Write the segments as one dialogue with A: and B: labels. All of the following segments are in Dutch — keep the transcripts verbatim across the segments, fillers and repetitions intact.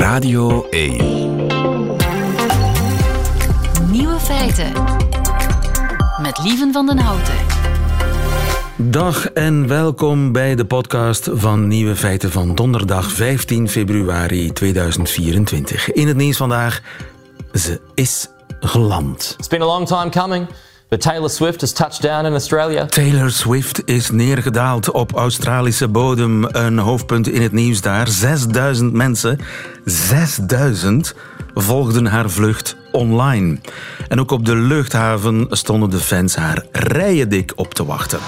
A: Radio één.
B: Nieuwe feiten. Met Lieven van den Houten.
C: Dag en welkom bij de podcast van Nieuwe Feiten van donderdag vijftien februari tweeduizend vierentwintig. In het nieuws vandaag, ze is geland.
D: It's been a long time coming, but Taylor Swift has touched down in Australia.
C: Taylor Swift is neergedaald op Australische bodem. Een hoofdpunt in het nieuws daar. zesduizend mensen, zesduizend volgden haar vlucht online. En ook op de luchthaven stonden de fans haar rijen dik op te wachten.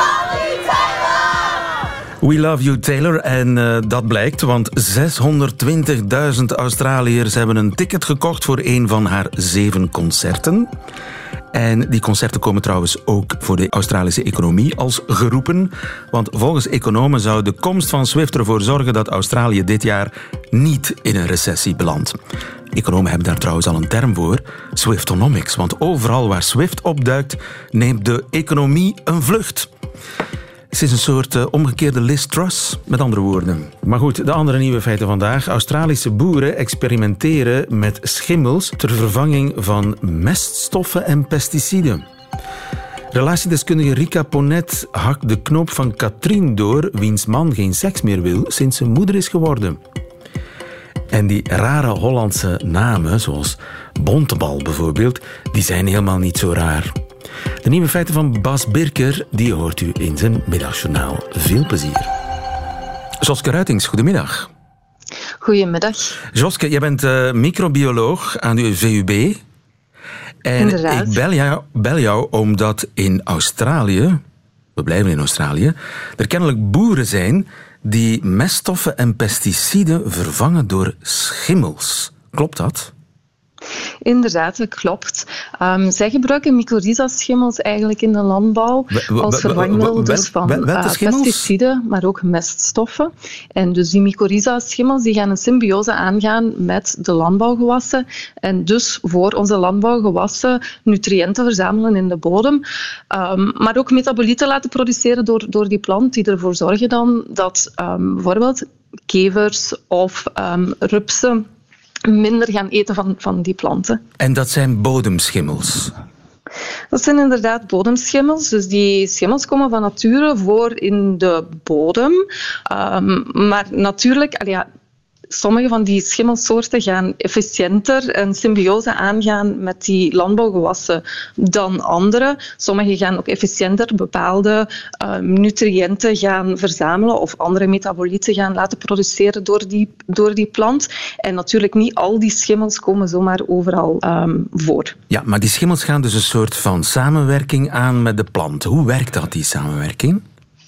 C: We love you, Taylor. En uh, dat blijkt, want zeshonderdtwintigduizend Australiërs hebben een ticket gekocht voor een van haar zeven concerten. En die concerten komen trouwens ook voor de Australische economie als geroepen. Want volgens economen zou de komst van Swift ervoor zorgen dat Australië dit jaar niet in een recessie belandt. Economen hebben daar trouwens al een term voor, Swiftonomics. Want overal waar Swift opduikt, neemt de economie een vlucht. Het is een soort uh, omgekeerde Liz Truss, met andere woorden. Maar goed, de andere nieuwe feiten vandaag. Australische boeren experimenteren met schimmels ter vervanging van meststoffen en pesticiden. Relatiedeskundige Rika Ponet hakt de knoop van Katrien door, wiens man geen seks meer wil sinds ze moeder is geworden. En die rare Hollandse namen, zoals Bontebal bijvoorbeeld, die zijn helemaal niet zo raar. De nieuwe feiten van Bas Birker, die hoort u in zijn middagjournaal. Veel plezier. Joske Ruitings, goedemiddag.
E: Goedemiddag.
C: Joske, jij bent uh, microbioloog aan de V U B. En
E: Inderdaad.
C: ik bel jou, bel jou omdat in Australië, we blijven in Australië, er kennelijk boeren zijn die meststoffen en pesticiden vervangen door schimmels. Klopt dat?
E: Inderdaad, dat klopt. Um, zij gebruiken mycorrhiza-schimmels eigenlijk in de landbouw als vervangmiddel dus van
C: wel, wel,
E: uh, pesticiden, maar ook meststoffen. En dus die mycorrhiza-schimmels die gaan een symbiose aangaan met de landbouwgewassen en dus voor onze landbouwgewassen nutriënten verzamelen in de bodem, um, maar ook metabolieten laten produceren door, door die plant die ervoor zorgen dan dat um, bijvoorbeeld kevers of um, rupsen minder gaan eten van, van die planten.
C: En dat zijn bodemschimmels?
E: Dat zijn inderdaad bodemschimmels. Dus die schimmels komen van nature voor in de bodem. Um, maar natuurlijk, allee, ja, sommige van die schimmelsoorten gaan efficiënter een symbiose aangaan met die landbouwgewassen dan andere. Sommige gaan ook efficiënter bepaalde uh, nutriënten gaan verzamelen of andere metabolieten gaan laten produceren door die, door die plant. En natuurlijk niet al die schimmels komen zomaar overal um, voor.
C: Ja, maar die schimmels gaan dus een soort van samenwerking aan met de plant. Hoe werkt dat, die samenwerking?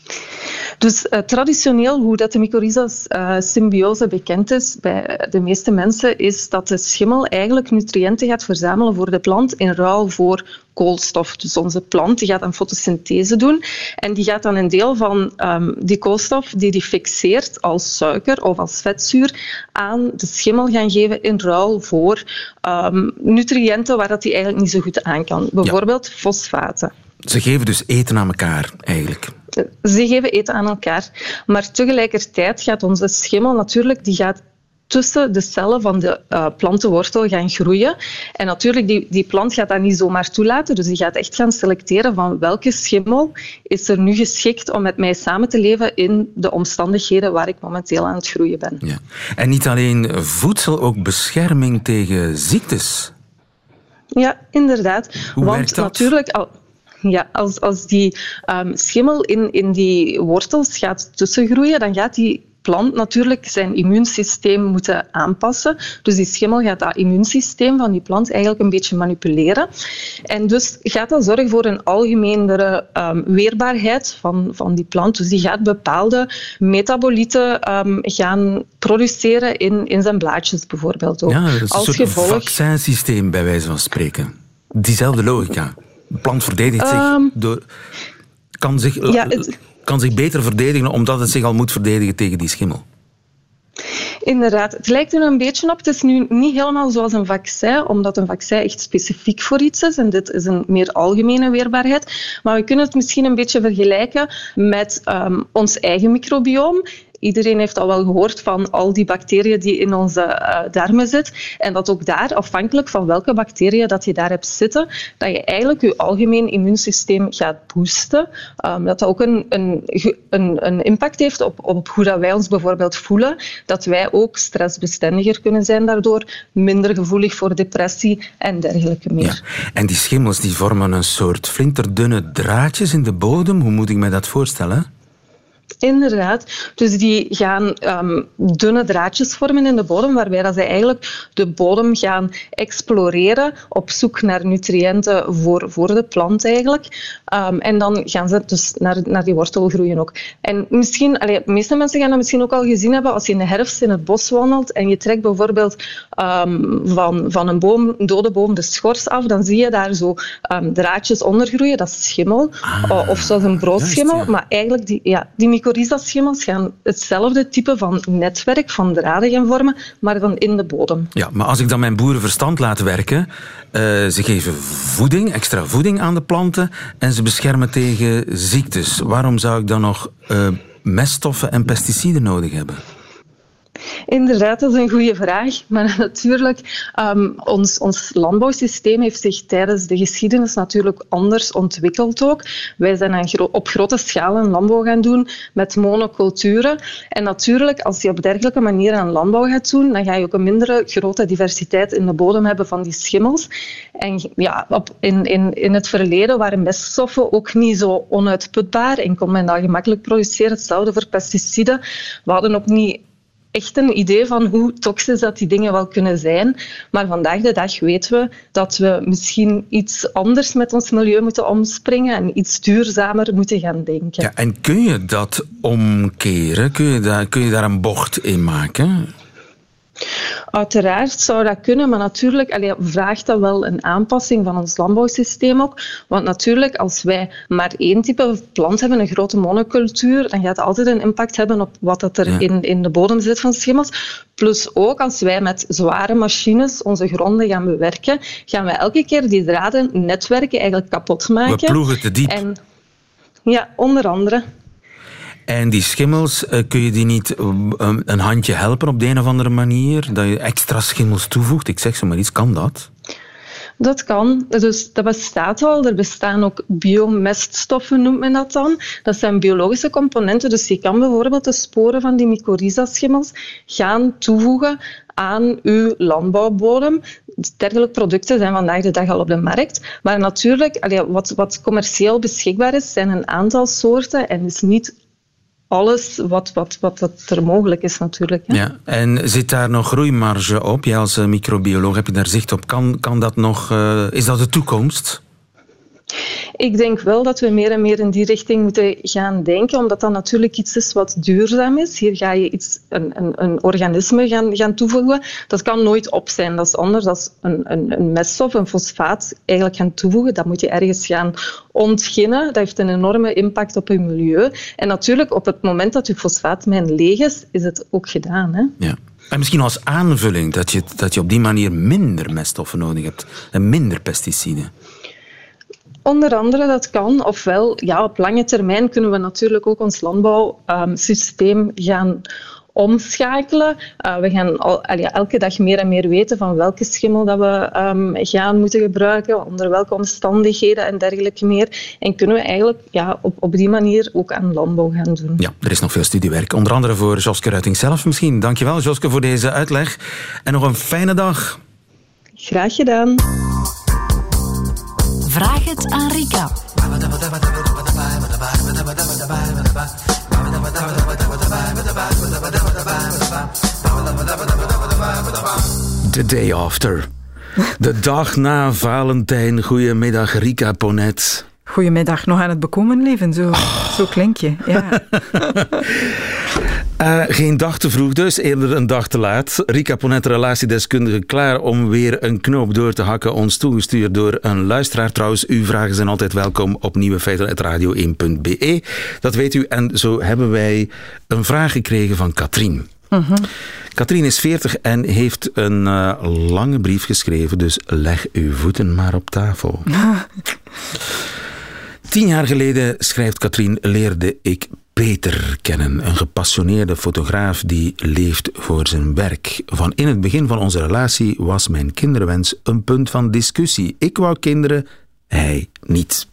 E: Dus uh, traditioneel, hoe dat de mycorrhiza-symbiose uh, bekend is bij de meeste mensen, is dat de schimmel eigenlijk nutriënten gaat verzamelen voor de plant in ruil voor koolstof. Dus onze plant die gaat een fotosynthese doen en die gaat dan een deel van um, die koolstof die die fixeert als suiker of als vetzuur aan de schimmel gaan geven in ruil voor um, nutriënten waar dat die eigenlijk niet zo goed aan kan. Bijvoorbeeld ja. fosfaten.
C: Ze geven dus eten aan elkaar, eigenlijk.
E: Ze geven eten aan elkaar. Maar tegelijkertijd gaat onze schimmel natuurlijk, die gaat tussen de cellen van de uh, plantenwortel gaan groeien. En natuurlijk, die, die plant gaat dat niet zomaar toelaten. Dus die gaat echt gaan selecteren van welke schimmel is er nu geschikt om met mij samen te leven in de omstandigheden waar ik momenteel aan het groeien ben.
C: Ja. En niet alleen voedsel, ook bescherming tegen ziektes.
E: Ja, inderdaad.
C: Hoe
E: Want
C: werkt dat?
E: Natuurlijk... Al, Ja, als, als die um, schimmel in, in die wortels gaat tussengroeien, dan gaat die plant natuurlijk zijn immuunsysteem moeten aanpassen. Dus die schimmel gaat dat immuunsysteem van die plant eigenlijk een beetje manipuleren. En dus gaat dat zorgen voor een algemenere um, weerbaarheid van, van die plant. Dus die gaat bepaalde metabolieten um, gaan produceren in, in zijn blaadjes bijvoorbeeld ook.
C: Ja, dat is een
E: Als
C: soort
E: gevolg...
C: vaccinsysteem bij wijze van spreken. Diezelfde logica. De plant verdedigt zich
E: um,
C: door... Kan zich,
E: ja, het...
C: kan zich beter verdedigen omdat het zich al moet verdedigen tegen die schimmel.
E: Inderdaad. Het lijkt er een beetje op. Het is nu niet helemaal zoals een vaccin, omdat een vaccin echt specifiek voor iets is. En dit is een meer algemene weerbaarheid. Maar we kunnen het misschien een beetje vergelijken met um, ons eigen microbioom. iedereen heeft al wel gehoord van al die bacteriën die in onze uh, darmen zitten. En dat ook daar, afhankelijk van welke bacteriën dat je daar hebt zitten, dat je eigenlijk je algemeen immuunsysteem gaat boosten. Um, dat dat ook een, een, een, een impact heeft op, op hoe dat wij ons bijvoorbeeld voelen. Dat wij ook stressbestendiger kunnen zijn daardoor, minder gevoelig voor depressie en dergelijke meer.
C: Ja. En die schimmels die vormen een soort flinterdunne draadjes in de bodem. Hoe moet ik mij dat voorstellen?
E: Inderdaad. Dus die gaan um, dunne draadjes vormen in de bodem, waarbij dat zij eigenlijk de bodem gaan exploreren op zoek naar nutriënten voor, voor de plant eigenlijk. Um, en dan gaan ze dus naar, naar die wortel groeien ook. En misschien, allee, de meeste mensen gaan dat misschien ook al gezien hebben als je in de herfst in het bos wandelt en je trekt bijvoorbeeld um, van, van een, boom, een dode boom de schors af, dan zie je daar zo um, draadjes onder groeien. Dat is schimmel.
C: Ah,
E: of zoals een broodschimmel.
C: juist, ja.
E: Maar eigenlijk die, ja, die mycorrhiza-schimmels gaan hetzelfde type van netwerk, van draden gaan vormen, maar dan in de bodem.
C: Ja, maar als ik dan mijn boerenverstand laat werken, uh, ze geven voeding, extra voeding aan de planten en ze beschermen tegen ziektes. Waarom zou ik dan nog uh, meststoffen en pesticiden nodig hebben?
E: Inderdaad, dat is een goede vraag. Maar natuurlijk, um, ons, ons landbouwsysteem heeft zich tijdens de geschiedenis natuurlijk anders ontwikkeld ook. Wij zijn een gro- op grote schaal een landbouw gaan doen met monoculturen. En natuurlijk, als je op dergelijke manier aan landbouw gaat doen, dan ga je ook een mindere grote diversiteit in de bodem hebben van die schimmels. En ja, op, in, in, in het verleden waren meststoffen ook niet zo onuitputbaar en kon men dat gemakkelijk produceren. Hetzelfde voor pesticiden. We hadden ook niet echt een idee van hoe toxisch dat die dingen wel kunnen zijn. Maar vandaag de dag weten we dat we misschien iets anders met ons milieu moeten omspringen en iets duurzamer moeten gaan denken.
C: Ja, en kun je dat omkeren? Kun je daar, kun je daar een bocht in maken?
E: Uiteraard zou dat kunnen, maar natuurlijk allee, vraagt dat wel een aanpassing van ons landbouwsysteem ook. Want natuurlijk, als wij maar één type plant hebben, een grote monocultuur, dan gaat het altijd een impact hebben op wat dat er
C: ja.
E: in, in de bodem zit van schimmels. Plus ook, als wij met zware machines onze gronden gaan bewerken, gaan wij elke keer die draden, netwerken eigenlijk kapot maken.
C: We ploegen te diep.
E: En, ja, onder andere.
C: En die schimmels, uh, kun je die niet uh, een handje helpen op de een of andere manier? Dat je extra schimmels toevoegt? Ik zeg zo maar iets, kan dat?
E: Dat kan. Dus dat bestaat al. Er bestaan ook biomeststoffen, noemt men dat dan. Dat zijn biologische componenten. Dus je kan bijvoorbeeld de sporen van die mycorrhiza-schimmels gaan toevoegen aan uw landbouwbodem. Dergelijke producten zijn vandaag de dag al op de markt. Maar natuurlijk, allee, wat, wat commercieel beschikbaar is, zijn een aantal soorten en is niet alles wat, wat, wat, wat er mogelijk is natuurlijk. Hè?
C: Ja, en zit daar nog groeimarge op? Jij als microbioloog, heb je daar zicht op? Kan, kan dat nog, uh, is dat de toekomst?
E: Ik denk wel dat we meer en meer in die richting moeten gaan denken, omdat dat natuurlijk iets is wat duurzaam is. Hier ga je iets, een, een, een organisme gaan, gaan toevoegen. Dat kan nooit op zijn. Dat is anders dan een, een, een meststof, een fosfaat eigenlijk gaan toevoegen. Dat moet je ergens gaan ontginnen. Dat heeft een enorme impact op je milieu. En natuurlijk, op het moment dat je fosfaatmijn leeg is, is het ook gedaan. Hè?
C: Ja. En misschien als aanvulling, dat je, dat je op die manier minder meststoffen nodig hebt en minder pesticiden.
E: Onder andere, dat kan. Ofwel, ja, op lange termijn kunnen we natuurlijk ook ons landbouwsysteem gaan omschakelen. Uh, we gaan al, allee, elke dag meer en meer weten van welke schimmel dat we um, gaan moeten gebruiken, onder welke omstandigheden en dergelijke meer. En kunnen we eigenlijk ja, op, op die manier ook aan landbouw gaan doen.
C: Ja, er is nog veel studiewerk. Onder andere voor Joske Ruiting zelf misschien. Dankjewel, Joske, voor deze uitleg. En nog een fijne dag.
E: Graag gedaan.
B: Vraag het aan Rika.
C: The day after. De dag na Valentijn. Goedemiddag, Rika Ponet.
A: Goedemiddag, nog aan het bekomen leven, zo, oh. zo klink je. Ja.
C: Uh, geen dag te vroeg dus, eerder een dag te laat. Rika Ponet, relatiedeskundige, klaar om weer een knoop door te hakken. Ons toegestuurd door een luisteraar. Trouwens, uw vragen zijn altijd welkom op nieuwe feiten at radio één punt b e. Dat weet u. En zo hebben wij een vraag gekregen van Katrien. Uh-huh. Katrien is veertig en heeft een uh, lange brief geschreven. Dus leg uw voeten maar op tafel. Tien jaar geleden, schrijft Katrien, leerde ik Peter kennen, een gepassioneerde fotograaf die leeft voor zijn werk. Van in het begin van onze relatie was mijn kinderwens een punt van discussie. Ik wou kinderen, hij niet.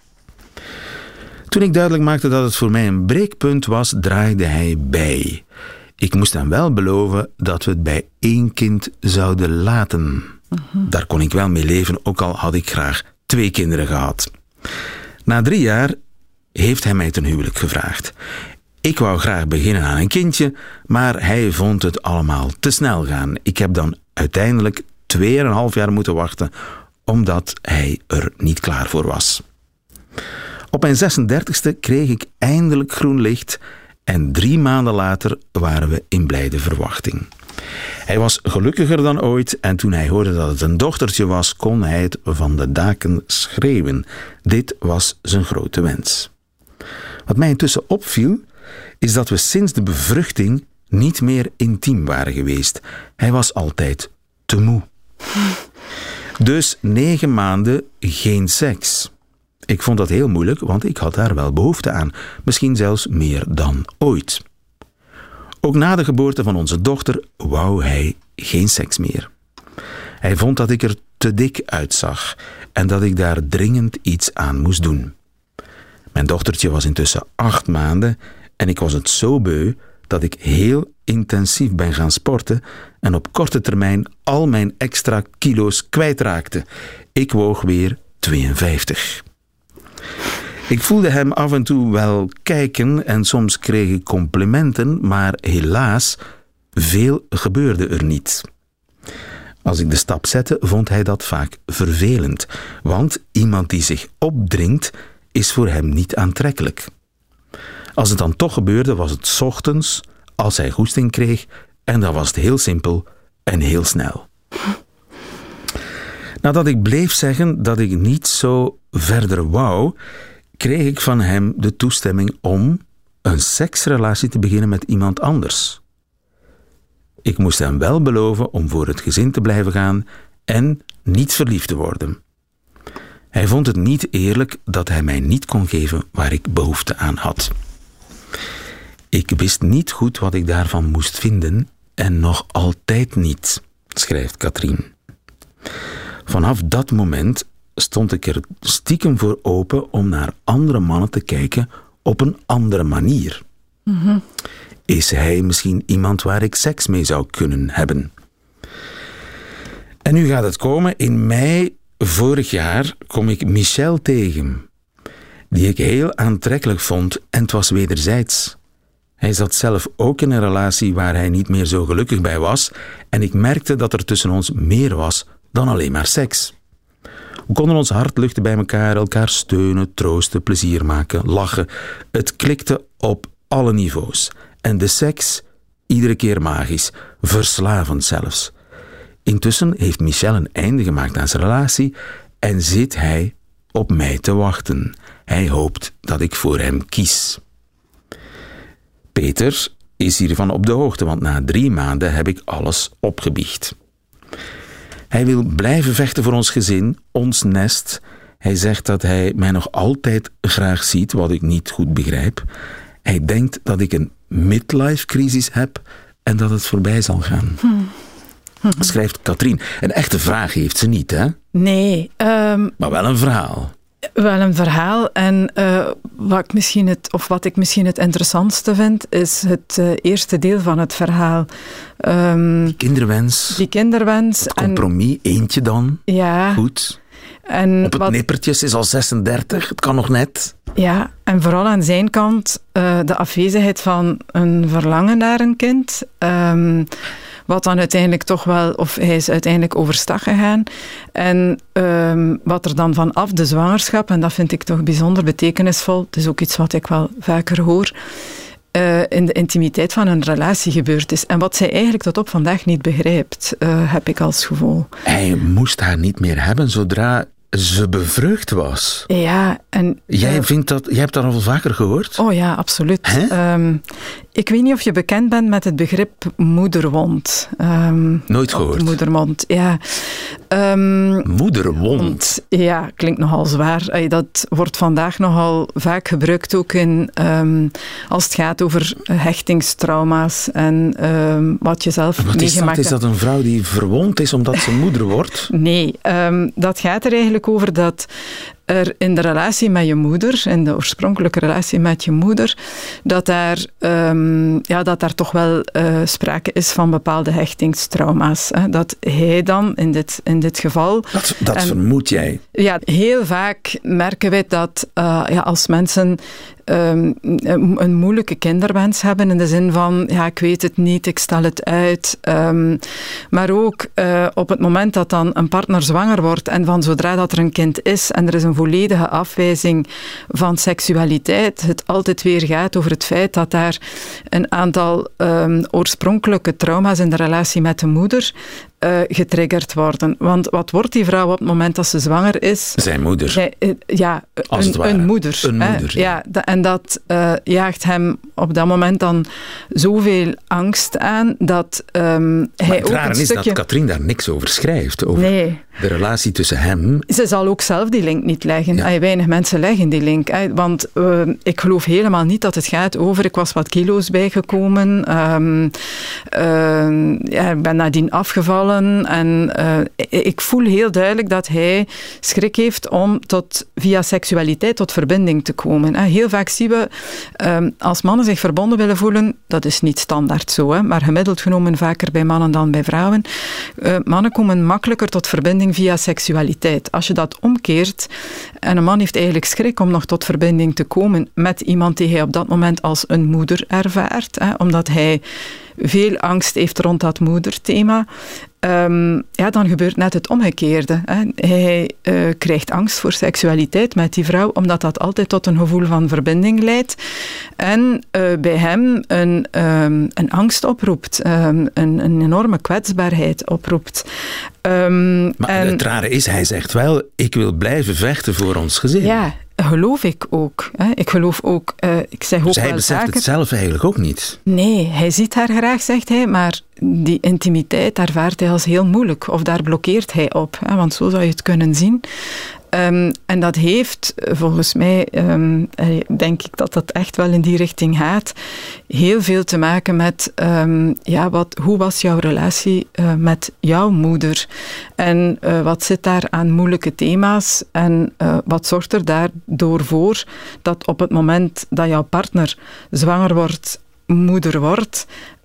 C: Toen ik duidelijk maakte dat het voor mij een breekpunt was, draaide hij bij. Ik moest hem wel beloven dat we het bij één kind zouden laten. Uh-huh. Daar kon ik wel mee leven, ook al had ik graag twee kinderen gehad. Na drie jaar heeft hij mij ten huwelijk gevraagd. Ik wou graag beginnen aan een kindje, maar hij vond het allemaal te snel gaan. Ik heb dan uiteindelijk tweeënhalf jaar moeten wachten, omdat hij er niet klaar voor was. Op mijn zesendertigste kreeg ik eindelijk groen licht en drie maanden later waren we in blijde verwachting. Hij was gelukkiger dan ooit en toen hij hoorde dat het een dochtertje was, kon hij het van de daken schreeuwen. Dit was zijn grote wens. Wat mij intussen opviel, is dat we sinds de bevruchting niet meer intiem waren geweest. Hij was altijd te moe. Dus negen maanden geen seks. Ik vond dat heel moeilijk, want ik had daar wel behoefte aan. Misschien zelfs meer dan ooit. Ook na de geboorte van onze dochter wou hij geen seks meer. Hij vond dat ik er te dik uitzag en dat ik daar dringend iets aan moest doen. Mijn dochtertje was intussen acht maanden en ik was het zo beu dat ik heel intensief ben gaan sporten en op korte termijn al mijn extra kilo's kwijtraakte. Ik woog weer tweeënvijftig. Ik voelde hem af en toe wel kijken en soms kreeg ik complimenten, maar helaas, veel gebeurde er niet. Als ik de stap zette, vond hij dat vaak vervelend, want iemand die zich opdringt, is voor hem niet aantrekkelijk. Als het dan toch gebeurde, was het 's ochtends, als hij goesting kreeg, en dan was het heel simpel en heel snel. Nadat ik bleef zeggen dat ik niet zo verder wou, kreeg ik van hem de toestemming om een seksrelatie te beginnen met iemand anders. Ik moest hem wel beloven om voor het gezin te blijven gaan en niet verliefd te worden. Hij vond het niet eerlijk dat hij mij niet kon geven waar ik behoefte aan had. Ik wist niet goed wat ik daarvan moest vinden en nog altijd niet, schrijft Katrien. Vanaf dat moment stond ik er stiekem voor open om naar andere mannen te kijken op een andere manier. Mm-hmm. Is hij misschien iemand waar ik seks mee zou kunnen hebben? En nu gaat het komen. In mei vorig jaar kom ik Michel tegen, die ik heel aantrekkelijk vond en het was wederzijds. Hij zat zelf ook in een relatie waar hij niet meer zo gelukkig bij was en ik merkte dat er tussen ons meer was dan alleen maar seks. We konden ons hart luchten bij elkaar, elkaar steunen, troosten, plezier maken, lachen. Het klikte op alle niveaus. En de seks, iedere keer magisch, verslavend zelfs. Intussen heeft Michel een einde gemaakt aan zijn relatie en zit hij op mij te wachten. Hij hoopt dat ik voor hem kies. Peter is hiervan op de hoogte, want na drie maanden heb ik alles opgebiecht. Hij wil blijven vechten voor ons gezin, ons nest. Hij zegt dat hij mij nog altijd graag ziet, wat ik niet goed begrijp. Hij denkt dat ik een midlife-crisis heb en dat het voorbij zal gaan. Hm. Hm. Schrijft Katrien. Een echte vraag heeft ze niet, hè?
A: Nee. Um,
C: maar wel een verhaal.
A: Wel een verhaal. En uh, wat, ik misschien het, of wat ik misschien het interessantste vind, is het uh, eerste deel van het verhaal. Um,
C: die kinderwens.
A: Die kinderwens.
C: Het compromis, en, eentje dan.
A: Ja.
C: Goed.
A: En
C: op het wat, nippertje, is al zesendertig, het kan nog net.
A: Ja, en vooral aan zijn kant uh, de afwezigheid van een verlangen naar een kind. Um, Wat dan uiteindelijk toch wel, of hij is uiteindelijk overstag gegaan. En um, wat er dan vanaf de zwangerschap, en dat vind ik toch bijzonder betekenisvol, het is ook iets wat ik wel vaker hoor, uh, in de intimiteit van een relatie gebeurd is. En wat zij eigenlijk tot op vandaag niet begrijpt, uh, heb ik als gevoel.
C: Hij moest haar niet meer hebben zodra ze bevrucht was.
A: Ja, en...
C: Jij,
A: uh,
C: vindt dat, jij hebt dat al vaker gehoord?
A: Oh ja, absoluut. Um, Ik weet niet of je bekend bent met het begrip moederwond. Um,
C: Nooit gehoord.
A: Moedermond, ja. Um,
C: moederwond?
A: Ja, klinkt nogal zwaar. Dat wordt vandaag nogal vaak gebruikt ook in, um, als het gaat over hechtingstrauma's en um, wat je zelf
C: wat
A: meegemaakt hebt.
C: Is dat een vrouw die verwond is omdat ze moeder wordt?
A: Nee, um, dat gaat er eigenlijk over dat er in de relatie met je moeder, in de oorspronkelijke relatie met je moeder, dat daar, um, ja, dat daar toch wel uh, sprake is van bepaalde hechtingstrauma's. Hè. Dat hij dan, in dit, in dit geval...
C: Dat, dat
A: en,
C: vermoed jij?
A: Ja, heel vaak merken wij dat uh, ja, als mensen um, een moeilijke kinderwens hebben, in de zin van, ja, ik weet het niet, ik stel het uit. Um, maar ook uh, op het moment dat dan een partner zwanger wordt en van zodra dat er een kind is en er is een volledige afwijzing van seksualiteit, het altijd weer gaat over het feit dat daar een aantal um, oorspronkelijke trauma's in de relatie met de moeder Uh, getriggerd worden. Want wat wordt die vrouw op het moment dat ze zwanger is?
C: Zijn moeder.
A: Zij, uh, ja, een, een moeder.
C: Een
A: hè?
C: moeder, ja.
A: ja da, en dat uh, jaagt hem op dat moment dan zoveel angst aan dat um,
C: maar
A: hij
C: het
A: ook
C: rare
A: een
C: is
A: stukje...
C: dat Katrien daar niks over schrijft. Over
A: nee.
C: de relatie tussen hem...
A: Ze zal ook zelf die link niet leggen.
C: Ja.
A: Ay, weinig mensen leggen die link. Ay, want uh, ik geloof helemaal niet dat het gaat over ik was wat kilo's bijgekomen. Um, uh, ja, ik ben nadien afgevallen en Uh, ik voel heel duidelijk dat hij schrik heeft om tot, via seksualiteit tot verbinding te komen. Heel vaak zien we, um, als mannen zich verbonden willen voelen, dat is niet standaard zo, hè, maar gemiddeld genomen vaker bij mannen dan bij vrouwen. Uh, mannen komen makkelijker tot verbinding via seksualiteit. Als je dat omkeert, en een man heeft eigenlijk schrik om nog tot verbinding te komen met iemand die hij op dat moment als een moeder ervaart, hè, omdat hij veel angst heeft rond dat moederthema, Um, ja, dan gebeurt net het omgekeerde. Hè. Hij uh, krijgt angst voor seksualiteit met die vrouw, omdat dat altijd tot een gevoel van verbinding leidt. En uh, bij hem een, um, een angst oproept, um, een, een enorme kwetsbaarheid oproept. Um,
C: maar
A: en,
C: het rare is, hij zegt wel, ik wil blijven vechten voor ons gezin.
A: Ja, geloof ik ook. Hè. Ik geloof ook, uh, ik zeg ook
C: dus hij
A: wel
C: beseft
A: vaker,
C: het zelf eigenlijk ook niet.
A: Nee, hij ziet haar graag, zegt hij, maar die intimiteit ervaart hij als heel moeilijk. Of daar blokkeert hij op, hè, want zo zou je het kunnen zien. Um, en dat heeft volgens mij, um, denk ik dat dat echt wel in die richting gaat, heel veel te maken met um, ja, wat, hoe was jouw relatie uh, met jouw moeder? En uh, wat zit daar aan moeilijke thema's? En uh, wat zorgt er daardoor voor dat op het moment dat jouw partner zwanger wordt, moeder wordt,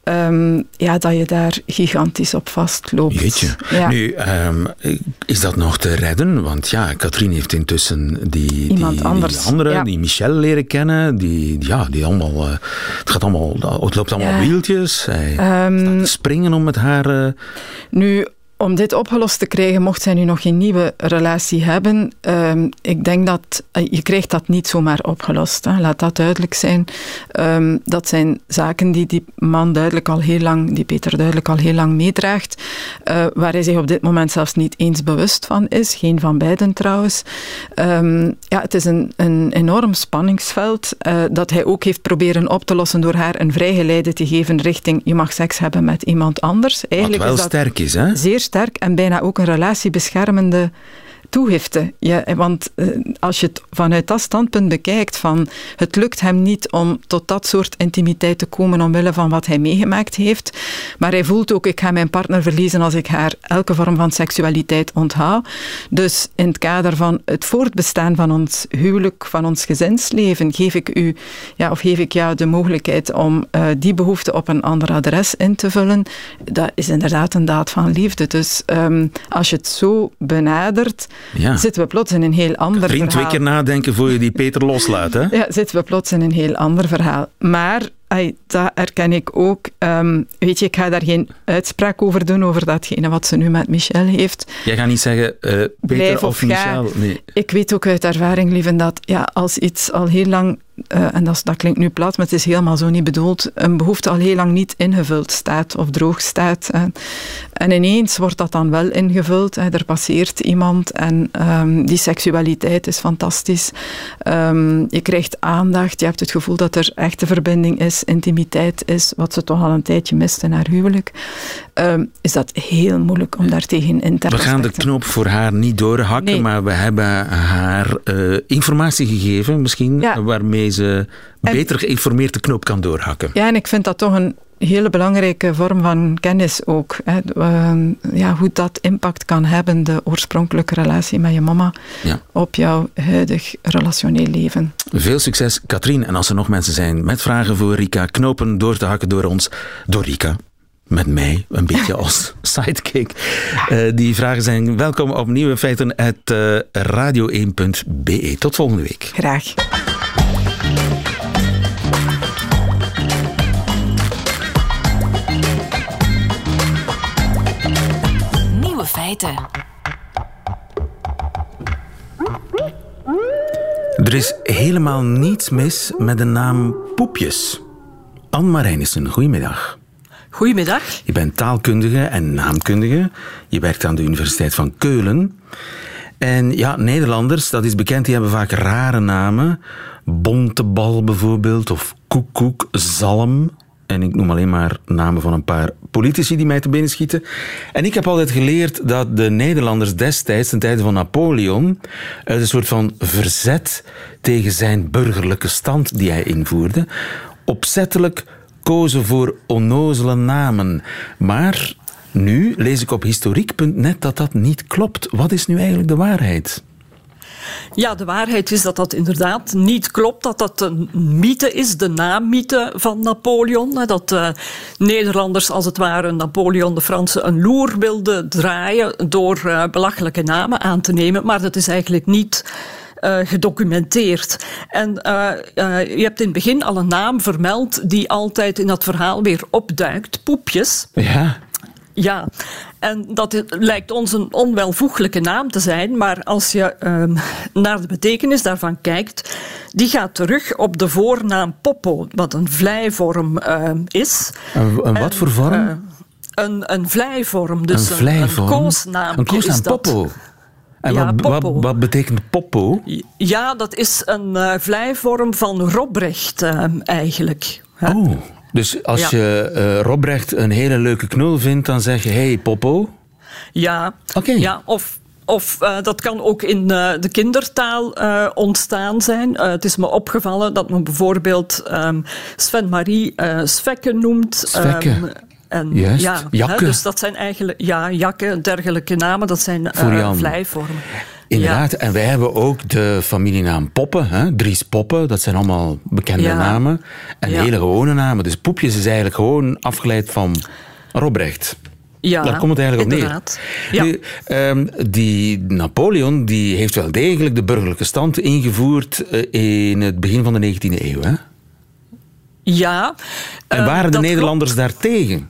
A: Um, ja, dat je daar gigantisch op vastloopt.
C: Jeetje.
A: Ja.
C: Nu, um, is dat nog te redden? Want ja, Katrien heeft intussen die,
A: Iemand
C: die,
A: anders.
C: die andere,
A: ja.
C: die Michel leren kennen. Die, ja, die allemaal, uh, het, gaat allemaal, het loopt allemaal
A: ja.
C: wieltjes. Hij
A: um,
C: staat te springen om met haar... Uh,
A: nu... Om dit opgelost te krijgen, mocht zij nu nog geen nieuwe relatie hebben, um, ik denk dat, uh, je krijgt dat niet zomaar opgelost. Hè. Laat dat duidelijk zijn. Um, dat zijn zaken die die man duidelijk al heel lang, die Peter duidelijk al heel lang meedraagt, uh, waar hij zich op dit moment zelfs niet eens bewust van is. Geen van beiden trouwens. Um, ja, het is een, een enorm spanningsveld uh, dat hij ook heeft proberen op te lossen door haar een vrijgeleide te geven richting je mag seks hebben met iemand anders. Eigenlijk
C: wat wel
A: is dat
C: sterk is, hè?
A: Zeer sterk en bijna ook een relatiebeschermende toegifte. Ja, want uh, als je het vanuit dat standpunt bekijkt, van het lukt hem niet om tot dat soort intimiteit te komen omwille van wat hij meegemaakt heeft, maar hij voelt ook, ik ga mijn partner verliezen als ik haar elke vorm van seksualiteit onthoud. Dus in het kader van het voortbestaan van ons huwelijk, van ons gezinsleven, geef ik u, ja, of geef ik jou de mogelijkheid om uh, die behoefte op een ander adres in te vullen. Dat is inderdaad een daad van liefde. Dus um, als je het zo benadert,
C: ja.
A: zitten we plots in een heel ander
C: Vriend,
A: verhaal.
C: twee keer nadenken voor je die Peter loslaat, hè?
A: Ja, zitten we plots in een heel ander verhaal. Maar, ay, dat herken ik ook. Um, weet je, ik ga daar geen uitspraak over doen, over datgene wat ze nu met Michel heeft.
C: Jij gaat niet zeggen, uh, Peter
A: Blijf
C: of,
A: of
C: Michel. Nee.
A: Ik weet ook uit ervaring, lieve, dat ja, als iets al heel lang, uh, en dat, dat klinkt nu plat, maar het is helemaal zo niet bedoeld, een behoefte al heel lang niet ingevuld staat of droog staat. Hè. En ineens wordt dat dan wel ingevuld. Hè. Er passeert iemand en um, die seksualiteit is fantastisch. Um, je krijgt aandacht, je hebt het gevoel dat er echte verbinding is. gezinsintimiteit is, wat ze toch al een tijdje mist in haar huwelijk, um, is dat heel moeilijk om daar tegen in te
C: We gaan de knoop voor haar niet doorhakken, nee. maar we hebben haar uh, informatie gegeven, misschien, ja. waarmee ze en, beter geïnformeerd de knoop kan doorhakken.
A: Ja, en ik vind dat toch een hele belangrijke vorm van kennis ook. Hè. Uh, ja, hoe dat impact kan hebben, de oorspronkelijke relatie met je mama, ja. op jouw huidig relationeel leven.
C: Veel succes, Katrien. En als er nog mensen zijn met vragen voor Rika, knopen door te hakken door ons, door Rika. Met mij, een beetje als sidekick. Uh, die vragen zijn welkom op Nieuwe Feiten at uh, radio één punt b e. Tot volgende week.
A: Graag.
B: Feiten.
C: Er is helemaal niets mis met de naam Poepjes. Anne Marijnissen, goedemiddag.
F: Goedemiddag.
C: Je bent taalkundige en naamkundige. Je werkt aan de Universiteit van Keulen. En ja, Nederlanders, dat is bekend, die hebben vaak rare namen. Bontebal bijvoorbeeld, of koekoek, zalm. En ik noem alleen maar namen van een paar politici die mij te binnen schieten. En ik heb altijd geleerd dat de Nederlanders destijds, ten tijde van Napoleon, uit een soort van verzet tegen zijn burgerlijke stand die hij invoerde, opzettelijk kozen voor onnozele namen. Maar nu lees ik op historiek punt net dat dat niet klopt. Wat is nu eigenlijk de waarheid?
F: Ja, de waarheid is dat dat inderdaad niet klopt. Dat dat een mythe is, de naammythe van Napoleon. Dat uh, Nederlanders als het ware Napoleon de Franse een loer wilden draaien door uh, belachelijke namen aan te nemen. Maar dat is eigenlijk niet Uh, gedocumenteerd. En uh, uh, je hebt in het begin al een naam vermeld die altijd in dat verhaal weer opduikt. Poepjes.
C: Ja.
F: Ja, en dat is, lijkt ons een onwelvoeglijke naam te zijn, maar als je uh, naar de betekenis daarvan kijkt, die gaat terug op de voornaam Poppo, wat een vlijvorm uh, is.
C: Een, een wat voor vorm? Uh,
F: een, een vlijvorm, dus
C: een, vlijvorm.
F: een koosnaam.
C: Een koosnaam, Poppo. En ja, wat, wat, wat betekent Poppo?
F: Ja, dat is een uh, vlijvorm van Robrecht uh, eigenlijk. Hè?
C: Oh. Dus als ja. je uh, Robrecht een hele leuke knul vindt, dan zeg je, hey, Poppo.
F: Ja,
C: okay.
F: ja of, of uh, dat kan ook in uh, de kindertaal uh, ontstaan zijn. Uh, het is me opgevallen dat men bijvoorbeeld um, Sven-Marie uh, Svekke noemt.
C: Svekke. Um,
F: en,
C: Juist,
F: ja,
C: Jakke.
F: Hè, dus dat zijn eigenlijk, ja, Jakke, dergelijke namen, dat zijn uh, vlijvormen.
C: Inderdaad, ja. En wij hebben ook de familienaam Poppen, hè? Dries Poppen, dat zijn allemaal bekende ja. namen. En ja. hele gewone namen. Dus Poepjes is eigenlijk gewoon afgeleid van Robrecht.
F: Ja,
C: daar komt het eigenlijk
F: inderdaad.
C: op neer. Ja. Nu, um, die Napoleon die heeft wel degelijk de burgerlijke stand ingevoerd uh, in het begin van de negentiende eeuw. Hè?
F: Ja.
C: En waren uh, de Nederlanders
F: klopt.
C: daartegen?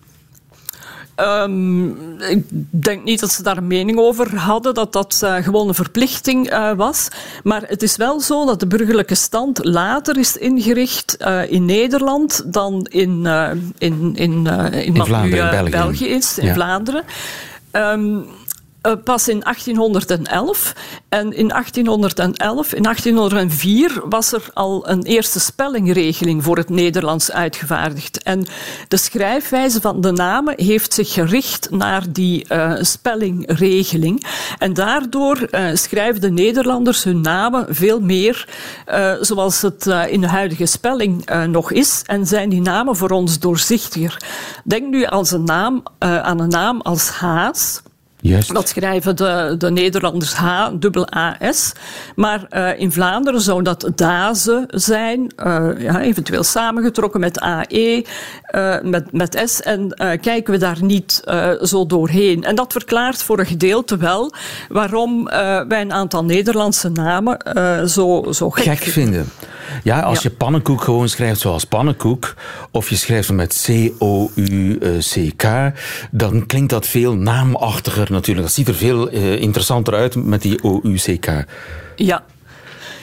F: Um, ik denk niet dat ze daar een mening over hadden, dat dat uh, gewoon een verplichting uh, was. Maar het is wel zo dat de burgerlijke stand later is ingericht uh, in Nederland dan in, uh, in, in, uh, in,
C: in
F: wat
C: Vlaanderen,
F: nu uh,
C: België.
F: België is, in ja. Vlaanderen. Um, Uh, pas in achttienhonderdelf. En in achttienhonderdelf, in achttienhonderdvier was er al een eerste spellingregeling voor het Nederlands uitgevaardigd. En de schrijfwijze van de namen heeft zich gericht naar die uh, spellingregeling. En daardoor uh, schrijven de Nederlanders hun namen veel meer uh, zoals het uh, in de huidige spelling uh, nog is. En zijn die namen voor ons doorzichtiger. Denk nu als een naam, uh, aan een naam als Haas.
C: Juist.
F: Dat schrijven de, de Nederlanders H, dubbel A S. Maar uh, in Vlaanderen zou dat Daze zijn, uh, ja, eventueel samengetrokken met A E, uh, met, met S. En uh, kijken we daar niet uh, zo doorheen. En dat verklaart voor een gedeelte wel waarom uh, wij een aantal Nederlandse namen uh, zo, zo gek,
C: gek vinden. vinden. Ja, als ja. je pannenkoek gewoon schrijft zoals pannenkoek, of je schrijft hem met C O U C K, dan klinkt dat veel naamachtiger natuurlijk. Dat ziet er veel uh, interessanter uit met die O U C K.
F: Ja.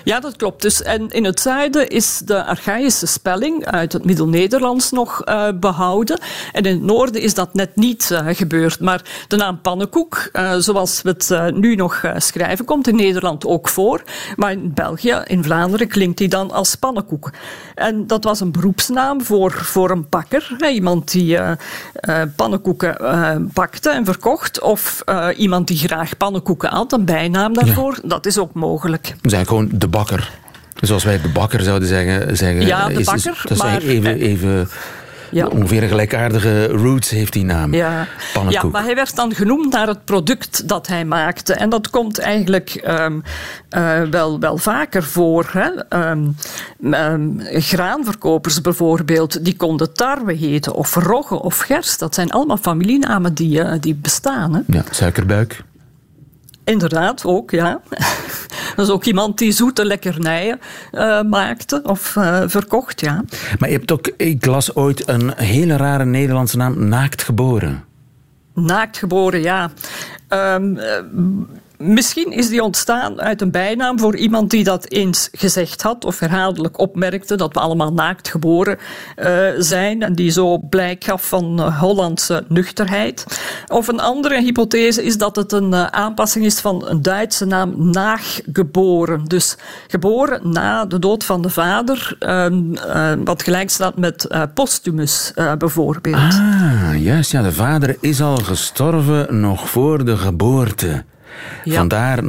F: Ja, dat klopt. Dus, en in het zuiden is de archaïsche spelling uit het Middel-Nederlands nog uh, behouden. En in het noorden is dat net niet uh, gebeurd. Maar de naam pannenkoek, uh, zoals we het uh, nu nog uh, schrijven, komt in Nederland ook voor. Maar in België, in Vlaanderen, klinkt die dan als pannenkoek. En dat was een beroepsnaam voor, voor een bakker. Hè, iemand die uh, uh, pannenkoeken uh, bakte en verkocht. Of uh, iemand die graag pannenkoeken had, een bijnaam daarvoor. Ja. Dat is ook mogelijk.
C: We zijn gewoon de bakker. Zoals wij de bakker zouden zeggen. zeggen
F: ja, de
C: is,
F: bakker.
C: Is, dat
F: maar,
C: is even... even ja. Ongeveer een gelijkaardige roots heeft die naam.
F: Ja. ja, maar hij werd dan genoemd naar het product dat hij maakte. En dat komt eigenlijk um, uh, wel, wel vaker voor. Hè? Um, um, graanverkopers bijvoorbeeld, die konden tarwe heten, of rogge of gerst. Dat zijn allemaal familienamen die, uh, die bestaan. Hè?
C: Ja, suikerbuik.
F: Inderdaad, ook, ja. Dat is ook iemand die zoete lekkernijen uh, maakte of uh, verkocht, ja.
C: Maar je hebt ook, ik las ooit een hele rare Nederlandse naam, Naakt geboren.
F: Naakt geboren, ja. Um, uh, Misschien is die ontstaan uit een bijnaam voor iemand die dat eens gezegd had of herhaaldelijk opmerkte dat we allemaal naakt geboren uh, zijn en die zo blijk gaf van uh, Hollandse nuchterheid. Of een andere hypothese is dat het een uh, aanpassing is van een Duitse naam naaggeboren. Dus geboren na de dood van de vader, uh, uh, wat gelijk staat met uh, Postumus uh, bijvoorbeeld.
C: Ah, juist. Ja, de vader is al gestorven nog voor de geboorte. Ja. Vandaar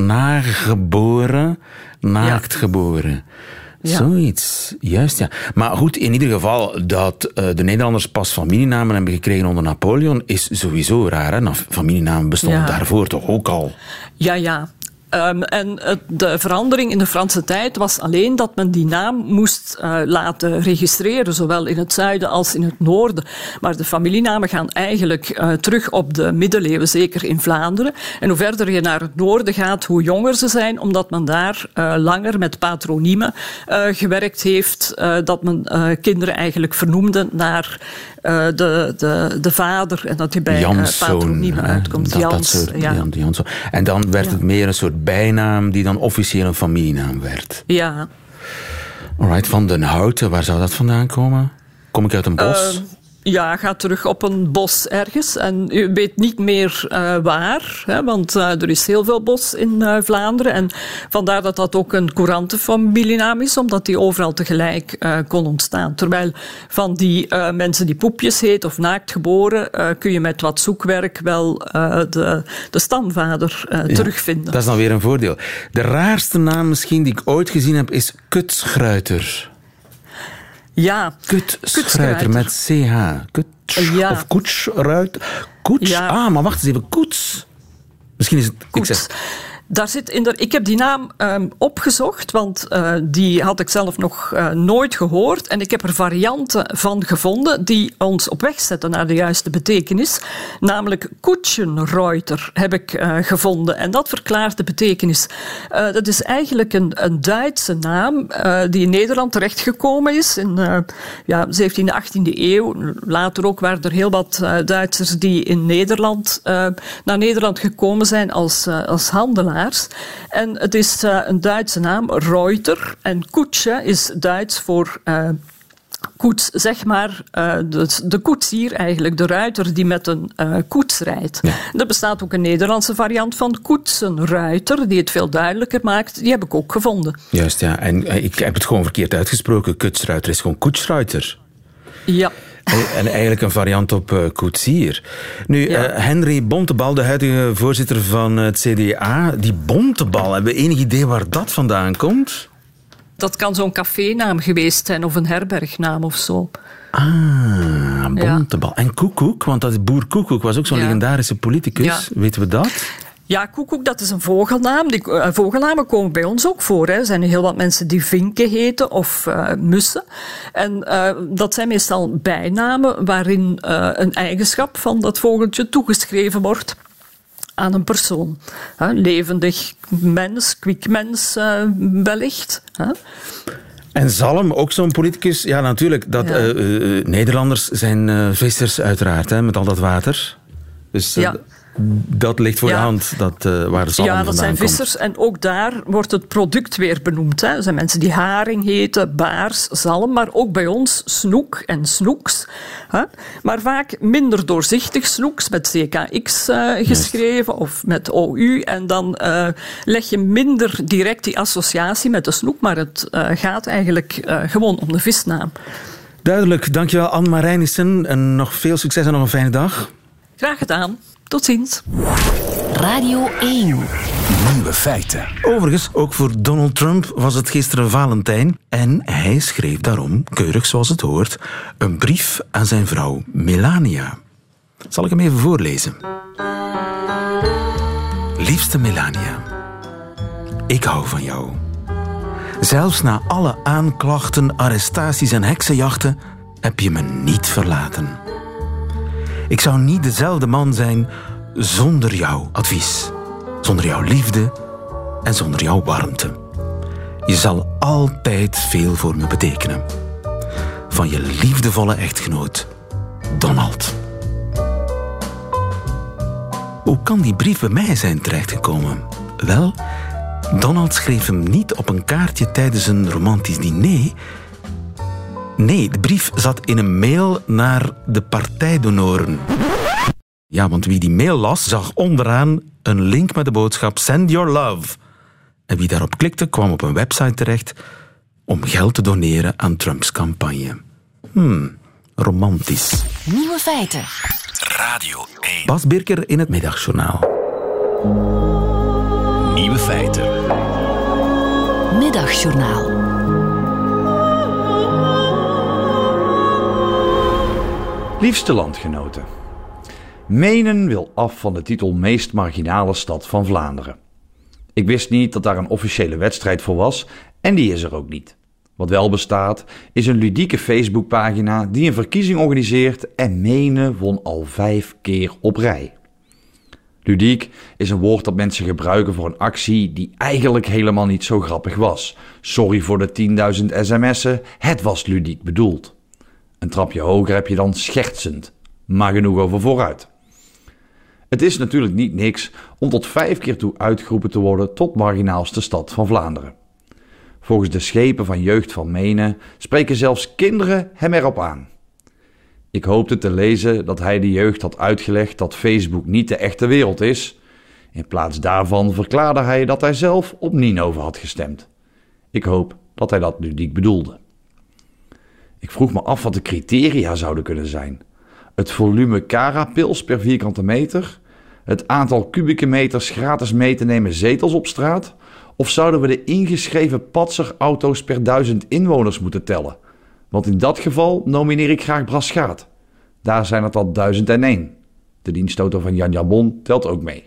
C: nageboren, naakt ja. geboren. Ja. Zoiets, juist ja. Maar goed, in ieder geval dat uh, de Nederlanders pas familienamen hebben gekregen onder Napoleon is sowieso raar. Hè? Nou, familienamen bestonden ja. daarvoor toch ook al?
F: Ja, ja. Um, en het, de verandering in de Franse tijd was alleen dat men die naam moest uh, laten registreren, zowel in het zuiden als in het noorden. Maar de familienamen gaan eigenlijk uh, terug op de middeleeuwen, zeker in Vlaanderen. En hoe verder je naar het noorden gaat, hoe jonger ze zijn, omdat men daar uh, langer met patroniemen uh, gewerkt heeft, uh, dat men uh, kinderen eigenlijk vernoemde naar uh, de, de, de vader en dat hij bij uh, patroniemen uitkomt.
C: Dat, Jans, dat soort, ja. Jan, Jans. En dan werd ja. het meer een soort bijnaam die dan officieel een familienaam werd.
F: Ja.
C: Alright, Van den Houten, waar zou dat vandaan komen? Kom ik uit een bos? Uh,
F: ja, ga terug op een bos ergens. En u weet niet meer uh, waar, hè, want uh, er is heel veel bos in uh, Vlaanderen. En vandaar dat dat ook een courante familienaam is, omdat die overal tegelijk uh, kon ontstaan. Terwijl van die uh, mensen die Poepjes heet of naakt geboren, uh, kun je met wat zoekwerk wel uh, de, de stamvader uh, ja, terugvinden.
C: Dat is dan weer een voordeel. De raarste naam misschien die ik ooit gezien heb is Kutschruiter.
F: Ja,
C: Kutschruiter met C H. Kutsch, ja. Of Koetsruiter. Koets? Ja. Ah, maar wacht eens even. Koets. Misschien is het...
F: Koets. Ik zeg, Daar zit in de, ik heb die naam um, opgezocht, want uh, die had ik zelf nog uh, nooit gehoord. En ik heb er varianten van gevonden die ons op weg zetten naar de juiste betekenis. Namelijk Kutschenreuter heb ik uh, gevonden. En dat verklaart de betekenis. Uh, dat is eigenlijk een, een Duitse naam uh, die in Nederland terechtgekomen is. In uh, ja, zeventiende, achttiende eeuw. Later ook waren er heel wat uh, Duitsers die in Nederland, uh, naar Nederland gekomen zijn als, uh, als handelaar. En het is uh, een Duitse naam, Reuter. En Kutsche is Duits voor uh, koets, zeg maar. Uh, de, de koetsier eigenlijk, de ruiter die met een uh, koets rijdt. Ja. Er bestaat ook een Nederlandse variant van koetsenruiter, die het veel duidelijker maakt. Die heb ik ook gevonden.
C: Juist, ja. En uh, ik heb het gewoon verkeerd uitgesproken. Kutsruiter is gewoon koetsruiter.
F: Ja.
C: En eigenlijk een variant op uh, koetsier. Nu, ja. uh, Henry Bontebal, de huidige voorzitter van het C D A. Die Bontebal, hebben we enig idee waar dat vandaan komt?
F: Dat kan zo'n cafénaam geweest zijn of een herbergnaam of zo.
C: Ah, Bontebal. Ja. En Koekoek, want dat is Boer Koekoek was ook zo'n ja. legendarische politicus. Ja. Weten we dat?
F: Ja, koekoek, dat is een vogelnaam. Die uh, vogelnamen komen bij ons ook voor. Hè. Er zijn heel wat mensen die vinken heten of uh, mussen. En uh, dat zijn meestal bijnamen waarin uh, een eigenschap van dat vogeltje toegeschreven wordt aan een persoon. Huh? Levendig mens, kwikmens uh, wellicht. Huh?
C: En Zalm, ook zo'n politicus. Ja, natuurlijk. Dat, ja. Uh, uh, Nederlanders zijn uh, vissers uiteraard, hè, met al dat water. Dus, uh,
F: ja.
C: Dat ligt voor
F: ja.
C: de hand, dat, uh, waar de zalm
F: Ja, dat
C: vandaan
F: zijn
C: komt.
F: vissers. En ook daar wordt het product weer benoemd. Hè. Er zijn mensen die haring heten, baars, zalm, maar ook bij ons snoek en snoeks. Hè. Maar vaak minder doorzichtig snoeks, met C K X uh, geschreven, yes. of met O U. En dan uh, leg je minder direct die associatie met de snoek, maar het uh, gaat eigenlijk uh, gewoon om de visnaam.
C: Duidelijk, dankjewel Anne Marijnissen. En nog veel succes en nog een fijne dag.
F: Graag gedaan. Tot ziens.
B: Radio één.
G: Nieuwe feiten.
C: Overigens, ook voor Donald Trump was het gisteren Valentijn. En hij schreef daarom, keurig zoals het hoort, een brief aan zijn vrouw Melania. Zal ik hem even voorlezen? Liefste Melania, ik hou van jou. Zelfs na alle aanklachten, arrestaties en heksenjachten heb je me niet verlaten. Ik zou niet dezelfde man zijn zonder jouw advies, zonder jouw liefde en zonder jouw warmte. Je zal altijd veel voor me betekenen. Van je liefdevolle echtgenoot, Donald. Hoe kan die brief bij mij zijn terechtgekomen? Wel, Donald schreef hem niet op een kaartje tijdens een romantisch diner. Nee, de brief zat in een mail naar de partijdonoren. Ja, want wie die mail las, zag onderaan een link met de boodschap Send your love. En wie daarop klikte, kwam op een website terecht om geld te doneren aan Trumps campagne. Hmm, romantisch.
B: Nieuwe feiten.
G: Radio één.
C: Bas Birker in het Middagjournaal.
G: Nieuwe feiten.
B: Middagjournaal.
H: Liefste landgenoten. Menen wil af van de titel meest marginale stad van Vlaanderen. Ik wist niet dat daar een officiële wedstrijd voor was en die is er ook niet. Wat wel bestaat is een ludieke Facebookpagina die een verkiezing organiseert en Menen won al vijf keer op rij. Ludiek is een woord dat mensen gebruiken voor een actie die eigenlijk helemaal niet zo grappig was. Sorry voor de tienduizend sms'en, het was ludiek bedoeld. Een trapje hoger heb je dan schertsend, maar genoeg over vooruit. Het is natuurlijk niet niks om tot vijf keer toe uitgeroepen te worden tot marginaalste stad van Vlaanderen. Volgens de schepen van Jeugd van Menen spreken zelfs kinderen hem erop aan. Ik hoopte te lezen dat hij de jeugd had uitgelegd dat Facebook niet de echte wereld is. In plaats daarvan verklaarde hij dat hij zelf op Ninove had gestemd. Ik hoop dat hij dat ludiek bedoelde. Ik vroeg me af wat de criteria zouden kunnen zijn. Het volume Carapils per vierkante meter, het aantal kubieke meters gratis mee te nemen zetels op straat, of zouden we de ingeschreven patserauto's per duizend inwoners moeten tellen? Want in dat geval nomineer ik graag Braschaat. Daar zijn het al duizend en één. De dienstauto van Jan Jabon telt ook mee.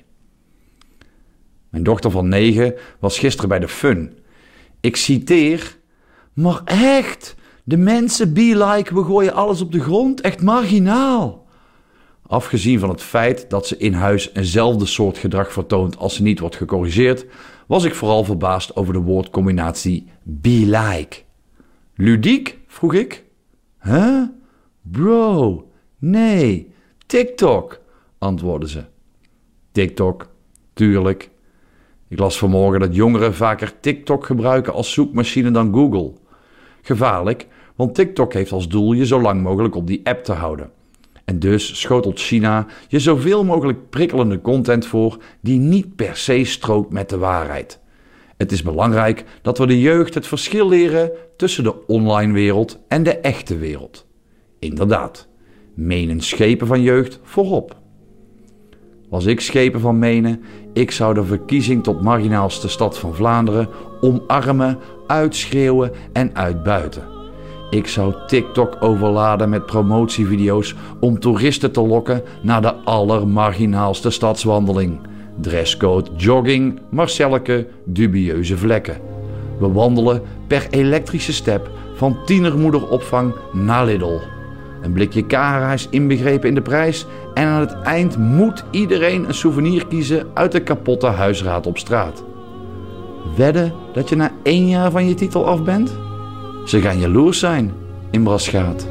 H: Mijn dochter van negen was gisteren bij de Fun. Ik citeer: maar echt, de mensen be like, we gooien alles op de grond, echt marginaal. Afgezien van het feit dat ze in huis eenzelfde soort gedrag vertoont als ze niet wordt gecorrigeerd, was ik vooral verbaasd over de woordcombinatie be like. Ludiek? Vroeg ik. Huh? Bro, nee, TikTok, antwoordde ze. TikTok, tuurlijk. Ik las vanmorgen dat jongeren vaker TikTok gebruiken als zoekmachine dan Google. Gevaarlijk, want TikTok heeft als doel je zo lang mogelijk op die app te houden. En dus schotelt China je zoveel mogelijk prikkelende content voor die niet per se strookt met de waarheid. Het is belangrijk dat we de jeugd het verschil leren tussen de online wereld en de echte wereld. Inderdaad, Menen schepen van jeugd voorop. Was ik schepen van Menen, ik zou de verkiezing tot marginaalste stad van Vlaanderen omarmen, uitschreeuwen en uitbuiten. Ik zou TikTok overladen met promotievideo's om toeristen te lokken naar de allermarginaalste stadswandeling. Dresscode jogging, Marcelleke, dubieuze vlekken. We wandelen per elektrische step van tienermoederopvang naar Lidl. Een blikje Cara is inbegrepen in de prijs en aan het eind moet iedereen een souvenir kiezen uit de kapotte huisraad op straat. Wedden dat je na één jaar van je titel af bent? Ze gaan jaloers zijn in Braschaat.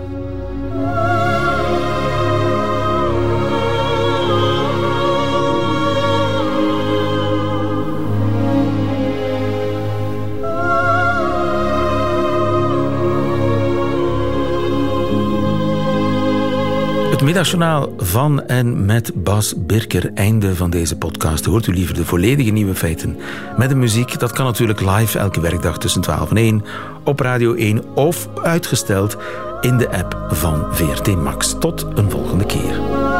C: Middagjournaal van en met Bas Birker. Einde van deze podcast. Hoort u liever de volledige Nieuwe Feiten met de muziek? Dat kan natuurlijk live elke werkdag tussen twaalf en één op Radio één of uitgesteld in de app van V R T Max. Tot een volgende keer.